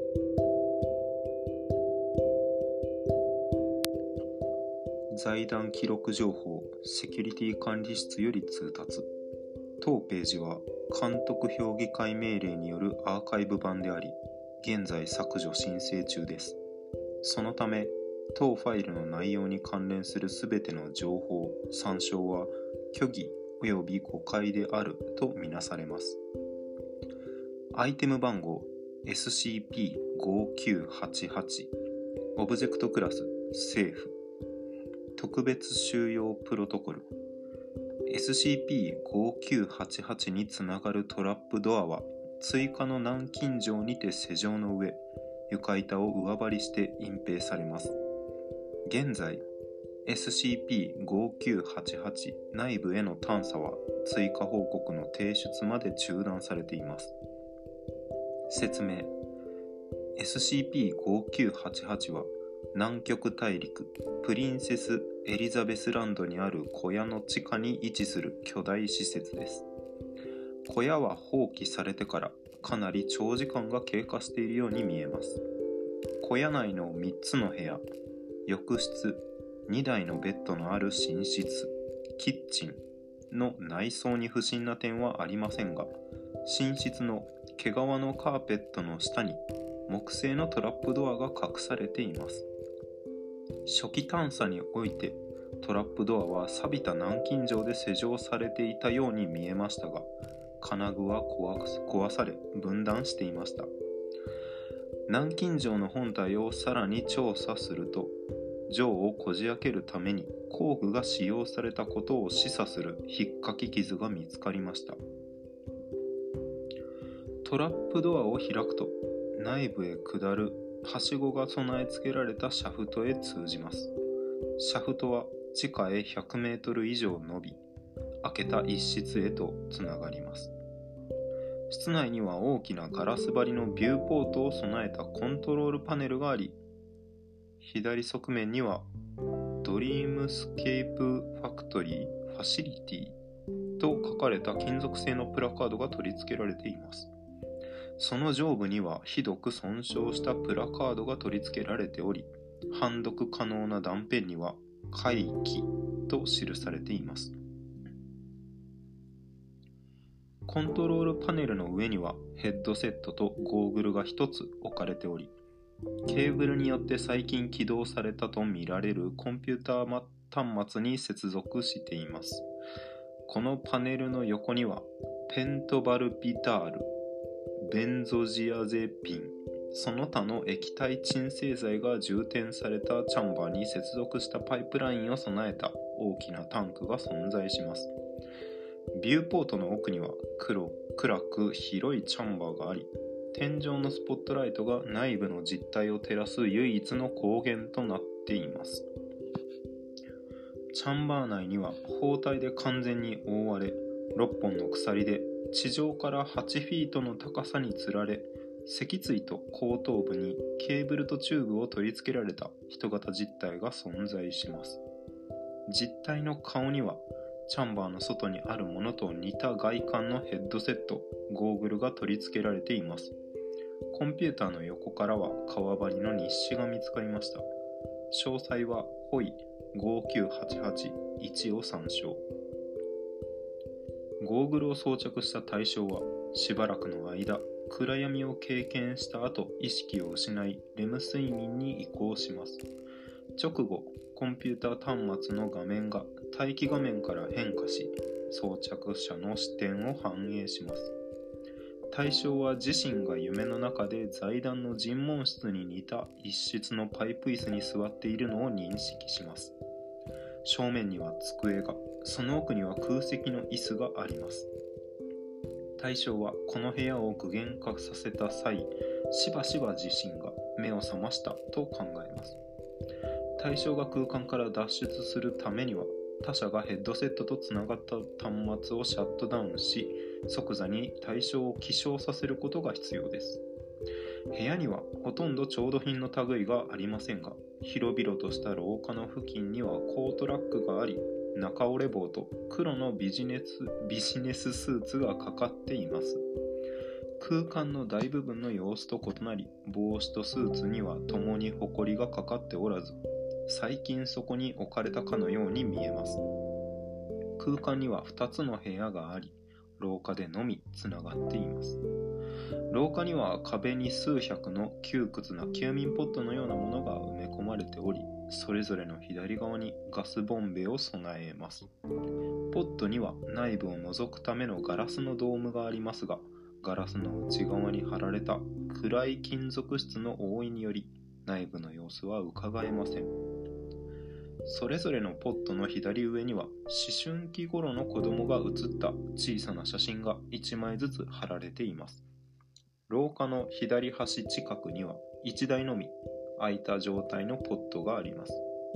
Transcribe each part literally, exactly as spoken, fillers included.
財団記録情報セキュリティ管理室より通達。当ページは監督評議会命令によるアーカイブ版であり、現在削除申請中です。そのため、当ファイルの内容に関連するすべての情報、参照は虚偽及び誤解であるとみなされます。アイテム番号 エスシーピーごきゅうはちはち オブジェクトクラス政府特別収容プロトコル エスシーピーごきゅうはちはち につながるトラップドアは追加の軟禁状にて施錠の上、床板を上張りして隠蔽されます。現在 エスシーピーごきゅうはちはち 内部への探査は追加報告の提出まで中断されています。説明 エスシーピーごきゅうはちはち は南極大陸プリンセスエリザベスランドにある小屋の地下に位置する巨大施設です。小屋は放棄されてからかなり長時間が経過しているように見えます。小屋内のみっつの部屋、浴室、にだいのベッドのある寝室、キッチンの内装に不審な点はありませんが、寝室の毛皮のカーペットの下に木製のトラップドアが隠されています。初期探査においてトラップドアは錆びた軟禁状で施錠されていたように見えましたが、金具は壊され分断していました。軟禁状の本体をさらに調査すると、錠をこじ開けるために工具が使用されたことを示唆する引っかき傷が見つかりました。トラップドアを開くと内部へ下るはしごが備え付けられたシャフトへ通じます。シャフトは地下へひゃくメートル以上伸び、開けた一室へとつながります。室内には大きなガラス張りのビューポートを備えたコントロールパネルがあり、左側面にはドリームスケープファクトリーファシリティと書かれた金属製のプラカードが取り付けられています。その上部にはひどく損傷したプラカードが取り付けられており、判読可能な断片には回帰と記されています。コントロールパネルの上にはヘッドセットとゴーグルがひとつ置かれており、ケーブルによって最近起動されたとみられるコンピューター端末に接続しています。このパネルの横にはペントバルビタール、ベンゾジアゼピン、その他の液体鎮静剤が充填されたチャンバーに接続したパイプラインを備えた大きなタンクが存在します。ビューポートの奥には黒、暗く広いチャンバーがあり、天井のスポットライトが内部の実態を照らす唯一の光源となっています。チャンバー内には包帯で完全に覆われ、ろっぽんの鎖で地上からはちフィートの高さにつられ、脊椎と後頭部にケーブルとチューブを取り付けられた人型実体が存在します。実体の顔にはチャンバーの外にあるものと似た外観のヘッドセット、ゴーグルが取り付けられています。コンピューターの横からは革張りの日誌が見つかりました。詳細はホイごきゅうはちはちいちを参照。ゴーグルを装着した対象はしばらくの間、暗闇を経験した後意識を失いレム睡眠に移行します。直後、コンピューター端末の画面が待機画面から変化し、装着者の視点を反映します。対象は自身が夢の中で財団の尋問室に似た一室のパイプ椅子に座っているのを認識します。正面には机が、その奥には空席の椅子があります。対象はこの部屋を具現化させた際、しばしば自身が目を覚ましたと考えます。対象が空間から脱出するためには、他者がヘッドセットとつながった端末をシャットダウンし、即座に対象を起床させることが必要です。部屋にはほとんど調度品の類がありませんが、広々とした廊下の付近にはコートラックがあり、中折れ帽と黒のビジネス、ビジネススーツがかかっています。 空間の大部分の様子と異なり、帽子とスーツには共にホコリがかかっておらず、最近そこに置かれたかのように見えます。空間にはふたつの部屋があり、廊下でのみつながっています。廊下には壁に数百の窮屈な休眠ポットのようなものが埋め込まれており、それぞれの左側にガスボンベを備えます。ポットには内部を覗くためのガラスのドームがありますが、ガラスの内側に貼られた暗い金属質の覆いにより、内部の様子は伺えません。それぞれのポットの左上には、思春期頃の子供が写った小さな写真がいちまいずつ貼られています。廊下の左端近くにはいちだいのみ開いた状態のポットがあります。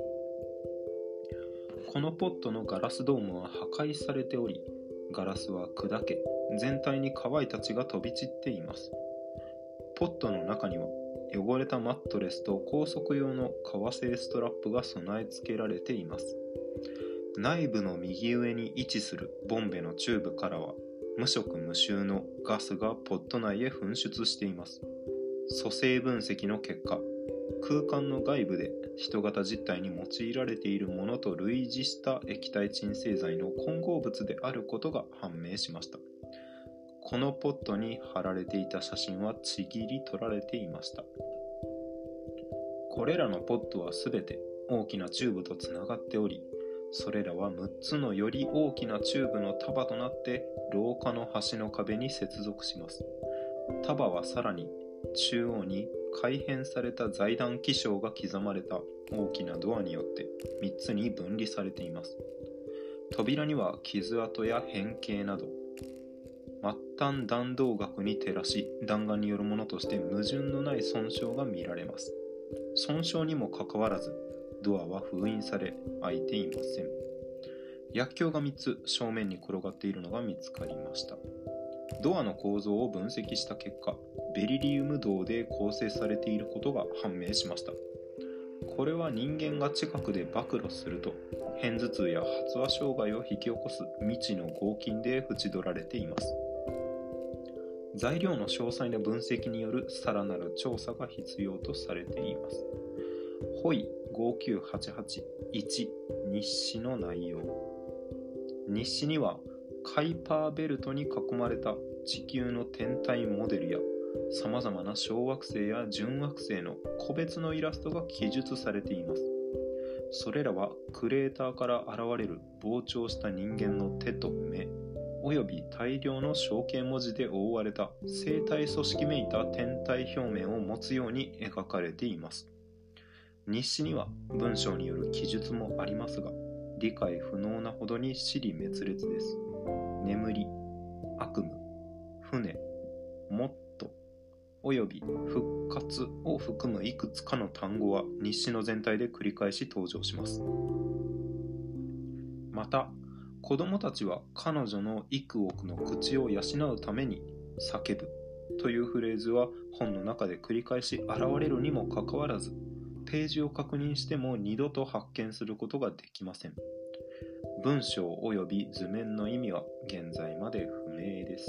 このポットのガラスドームは破壊されており、ガラスは砕け、全体に乾いた血が飛び散っています。ポットの中には汚れたマットレスと拘束用の革製ストラップが備え付けられています。内部の右上に位置するボンベのチューブからは無色無臭のガスがポット内へ噴出しています。組成分析の結果、空間の外部で人型実体に用いられているものと類似した液体鎮静剤の混合物であることが判明しました。このポットに貼られていた写真はちぎり取られていました。これらのポットはすべて大きなチューブとつながっており、それらはむっつのより大きなチューブの束となって廊下の端の壁に接続します。束はさらに中央に改変された財団記章が刻まれた大きなドアによってみっつに分離されています。扉には傷跡や変形など、末端弾道学に照らし弾丸によるものとして矛盾のない損傷が見られます。損傷にもかかわらず、ドアは封印され開いていません。薬莢がみっつ正面に転がっているのが見つかりました。ドアの構造を分析した結果、ベリリウム銅で構成されていることが判明しました。これは人間が近くで暴露すると、片頭痛や発話障害を引き起こす未知の合金で縁取られています。材料の詳細な分析によるさらなる調査が必要とされています。ホイごきゅうはちはちいち日誌の内容。日誌にはカイパーベルトに囲まれた地球の天体モデルやさまざまな小惑星や準惑星の個別のイラストが記述されています。それらはクレーターから現れる膨張した人間の手と目、および大量の象形文字で覆われた生体組織めいた天体表面を持つように描かれています。日誌には文章による記述もありますが、理解不能なほどに支離滅裂です。眠り、悪夢、船、もっと、および復活を含むいくつかの単語は日誌の全体で繰り返し登場します。また、子供たちは彼女の幾億の口を養うために叫ぶというフレーズは本の中で繰り返し現れるにもかかわらず、ページを確認しても二度と発見することができません。文章及び図面の意味は現在まで不明です。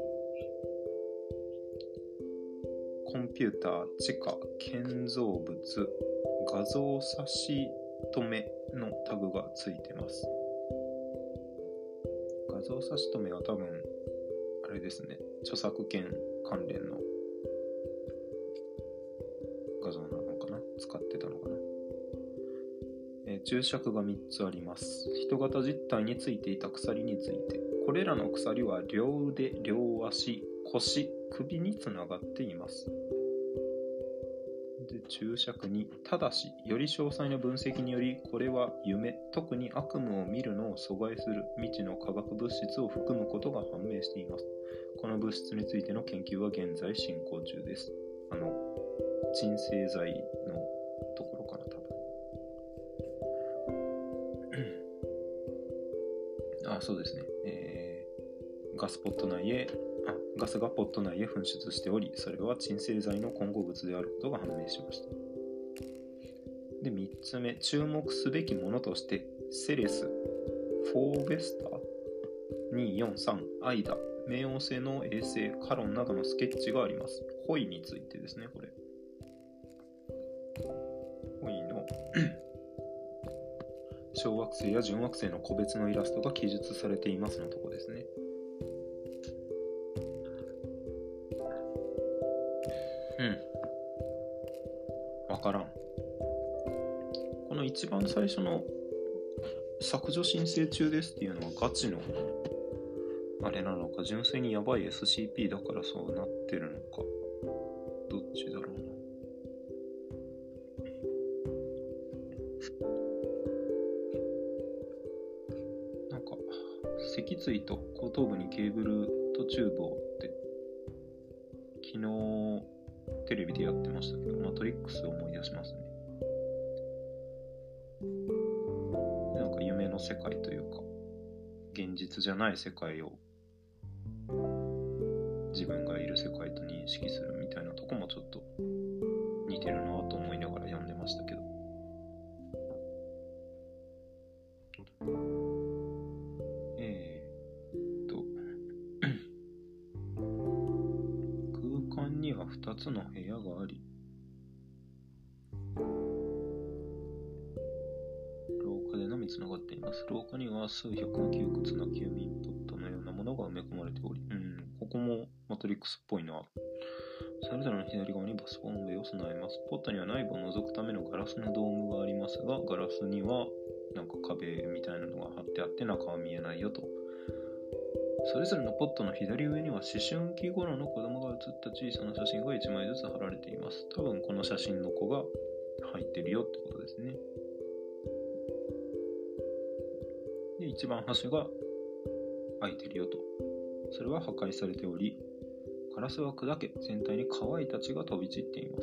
コンピューター、地下、建造物、画像差し止めのタグがついてます。画像差し止めは多分あれですね、著作権関連の画像なのかな、使ってたのかな。えー、注釈がみっつあります。人型実体についていた鎖について、これらの鎖は両腕、両足、腰、首につながっています。で、注釈に、ただし、より詳細な分析により、これは夢、特に悪夢を見るのを阻害する未知の化学物質を含むことが判明しています。この物質についての研究は現在進行中です。あの、鎮静剤のところかな、多分。あ、そうですね。えー、ガスポット内へ、あ、ガスがポット内へ噴出しており、それは鎮静剤の混合物であることが判明しました。で、みっつめ、注目すべきものとして、セレス、フォーベスタ、にひゃくよんじゅうさん、アイダ、 冥王星の衛星カロンなどのスケッチがあります。ホイについてですね、これ。ホイの小惑星や準惑星の個別のイラストが記述されていますのとこですね。うん。わからん。この一番最初の削除申請中ですっていうのはガチのあれなのか、純粋にやばい エスシーピー だからそうなってるのか、どっちだろうな。なんか脊椎と後頭部にケーブルとチューブをって昨日テレビでやってましたけど、マトリックスを思い出しますね。なんか夢の世界というか現実じゃない世界を自分がいる世界と認識するみたいなとこもちょっと似てるなと思いながら読んでましたけど、えー、っと空間にはふたつの部屋があり、廊下でのみつながっています。廊下には数百の窮屈な休眠ポットのようなものが埋め込まれており、うん、ここもマトリックスっぽいな。それぞれの左側にバスボンベを備えます。ポットには内部を覗くためのガラスのドームがありますが、ガラスにはなんか壁みたいなのが貼ってあって中は見えないよと。それぞれのポットの左上には思春期頃の子供が写った小さな写真がいちまいずつ貼られています。多分この写真の子が入ってるよってことですね。で、一番端が開いてるよと。それは破壊されており、ガラスは砕け、全体に乾いた血が飛び散っています。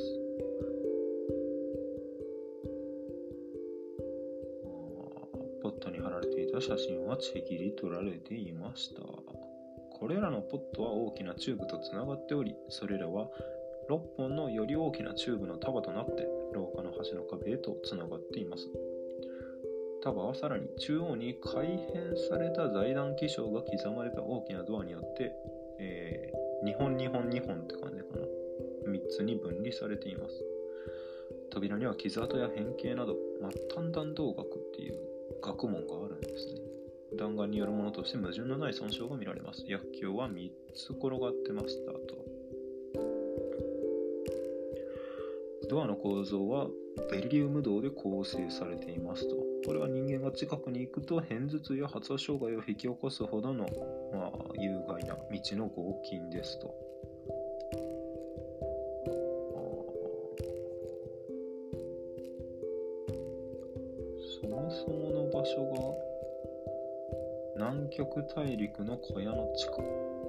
ポットに貼られていた写真はちぎり取られていました。これらのポットは大きなチューブとつながっており、それらはろっぽんのより大きなチューブの束となって廊下の端の壁へとつながっています。束はさらに中央に改変された財団記章が刻まれた大きなドアによって、えー、にほんにほんにほんって感じかな、みっつに分離されています。扉には傷跡や変形など末端弾道学っていう学問があるんですね。弾丸によるものとして矛盾のない損傷が見られます。薬莢はみっつ転がってましたと。ドアの構造はベリリウム銅で構成されていますと。これは人間が近くに行くと片頭痛や発話障害を引き起こすほどの、まあ、有害な未知の合金ですと。そもそもの場所が南極大陸の小屋の地下。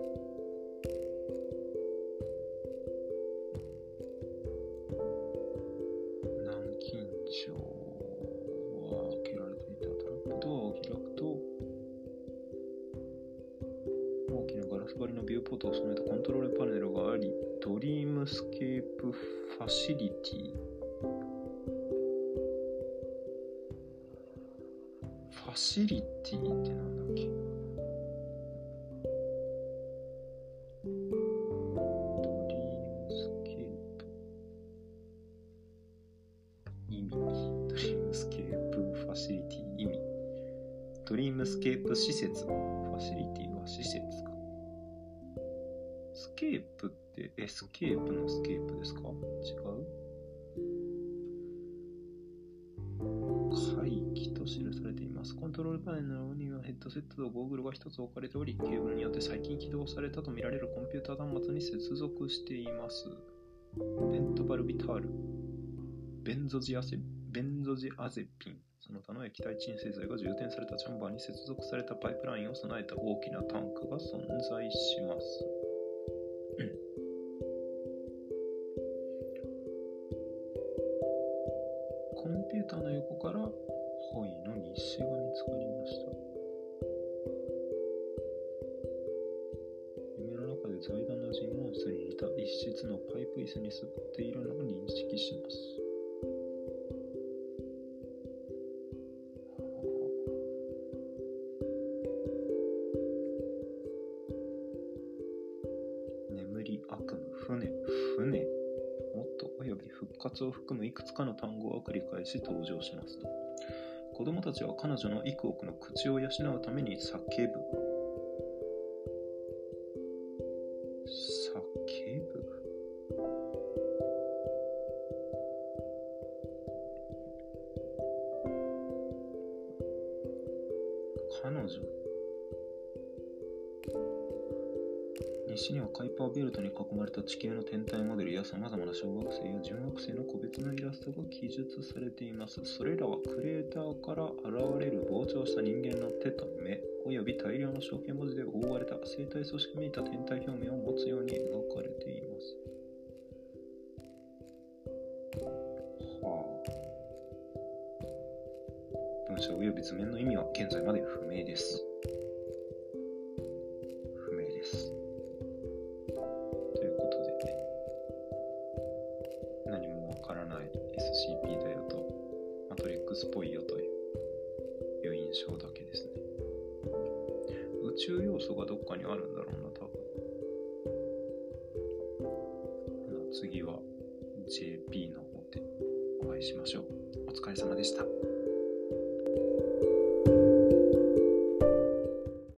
南京錠は開けられていた。トラップドアを開くと大きなガラス張りのビューポートを備えたコントロールパネルがあり、ドリームスケープファシリティファシリティってなんだっけ。ドリームスケープ意味。ドリームスケープファシリティ意味。ドリームスケープ施設。ファシリティは施設か。スケープってエスケープのスケープですか？違う？回帰と記されています。コントロールパネルの上にはヘッドセットとゴーグルが一つ置かれており、ケーブルによって最近起動されたとみられるコンピューター端末に接続しています。ベントバルビタール、ベンゾジアセ、ベンゾジアゼピン、その他の液体鎮静剤が充填されたチャンバーに接続されたパイプラインを備えた大きなタンクが存在します。コンピューターの横からホイの日誌が見つかりました。夢の中で財団の尋問室にいた一室のパイプ椅子に座っているのを認識します。 及び復活を含むいくつかの単語が繰り返し登場しますと。子供たちは彼女の幾億の口を養うために叫ぶ。叫ぶ。彼女。西にはカイパーベルトに囲まれた地球の天体モデルや様々な小惑星や準惑星の個別のイラストが記述されています。それらはクレーターから現れる膨張した人間の手と目および大量の象形文字で覆われた生体組織めいた天体表面を持つように描かれています。はあ。文章および図面の意味は現在まで不明です。不明です。ということで、何もわからない エスシーピー だよと、マトリックスっぽいよという印象だけですね。宇宙要素がどっかにあるんだろうな、多分。次は ジェーピー の方でお会いしましょう。お疲れ様でした。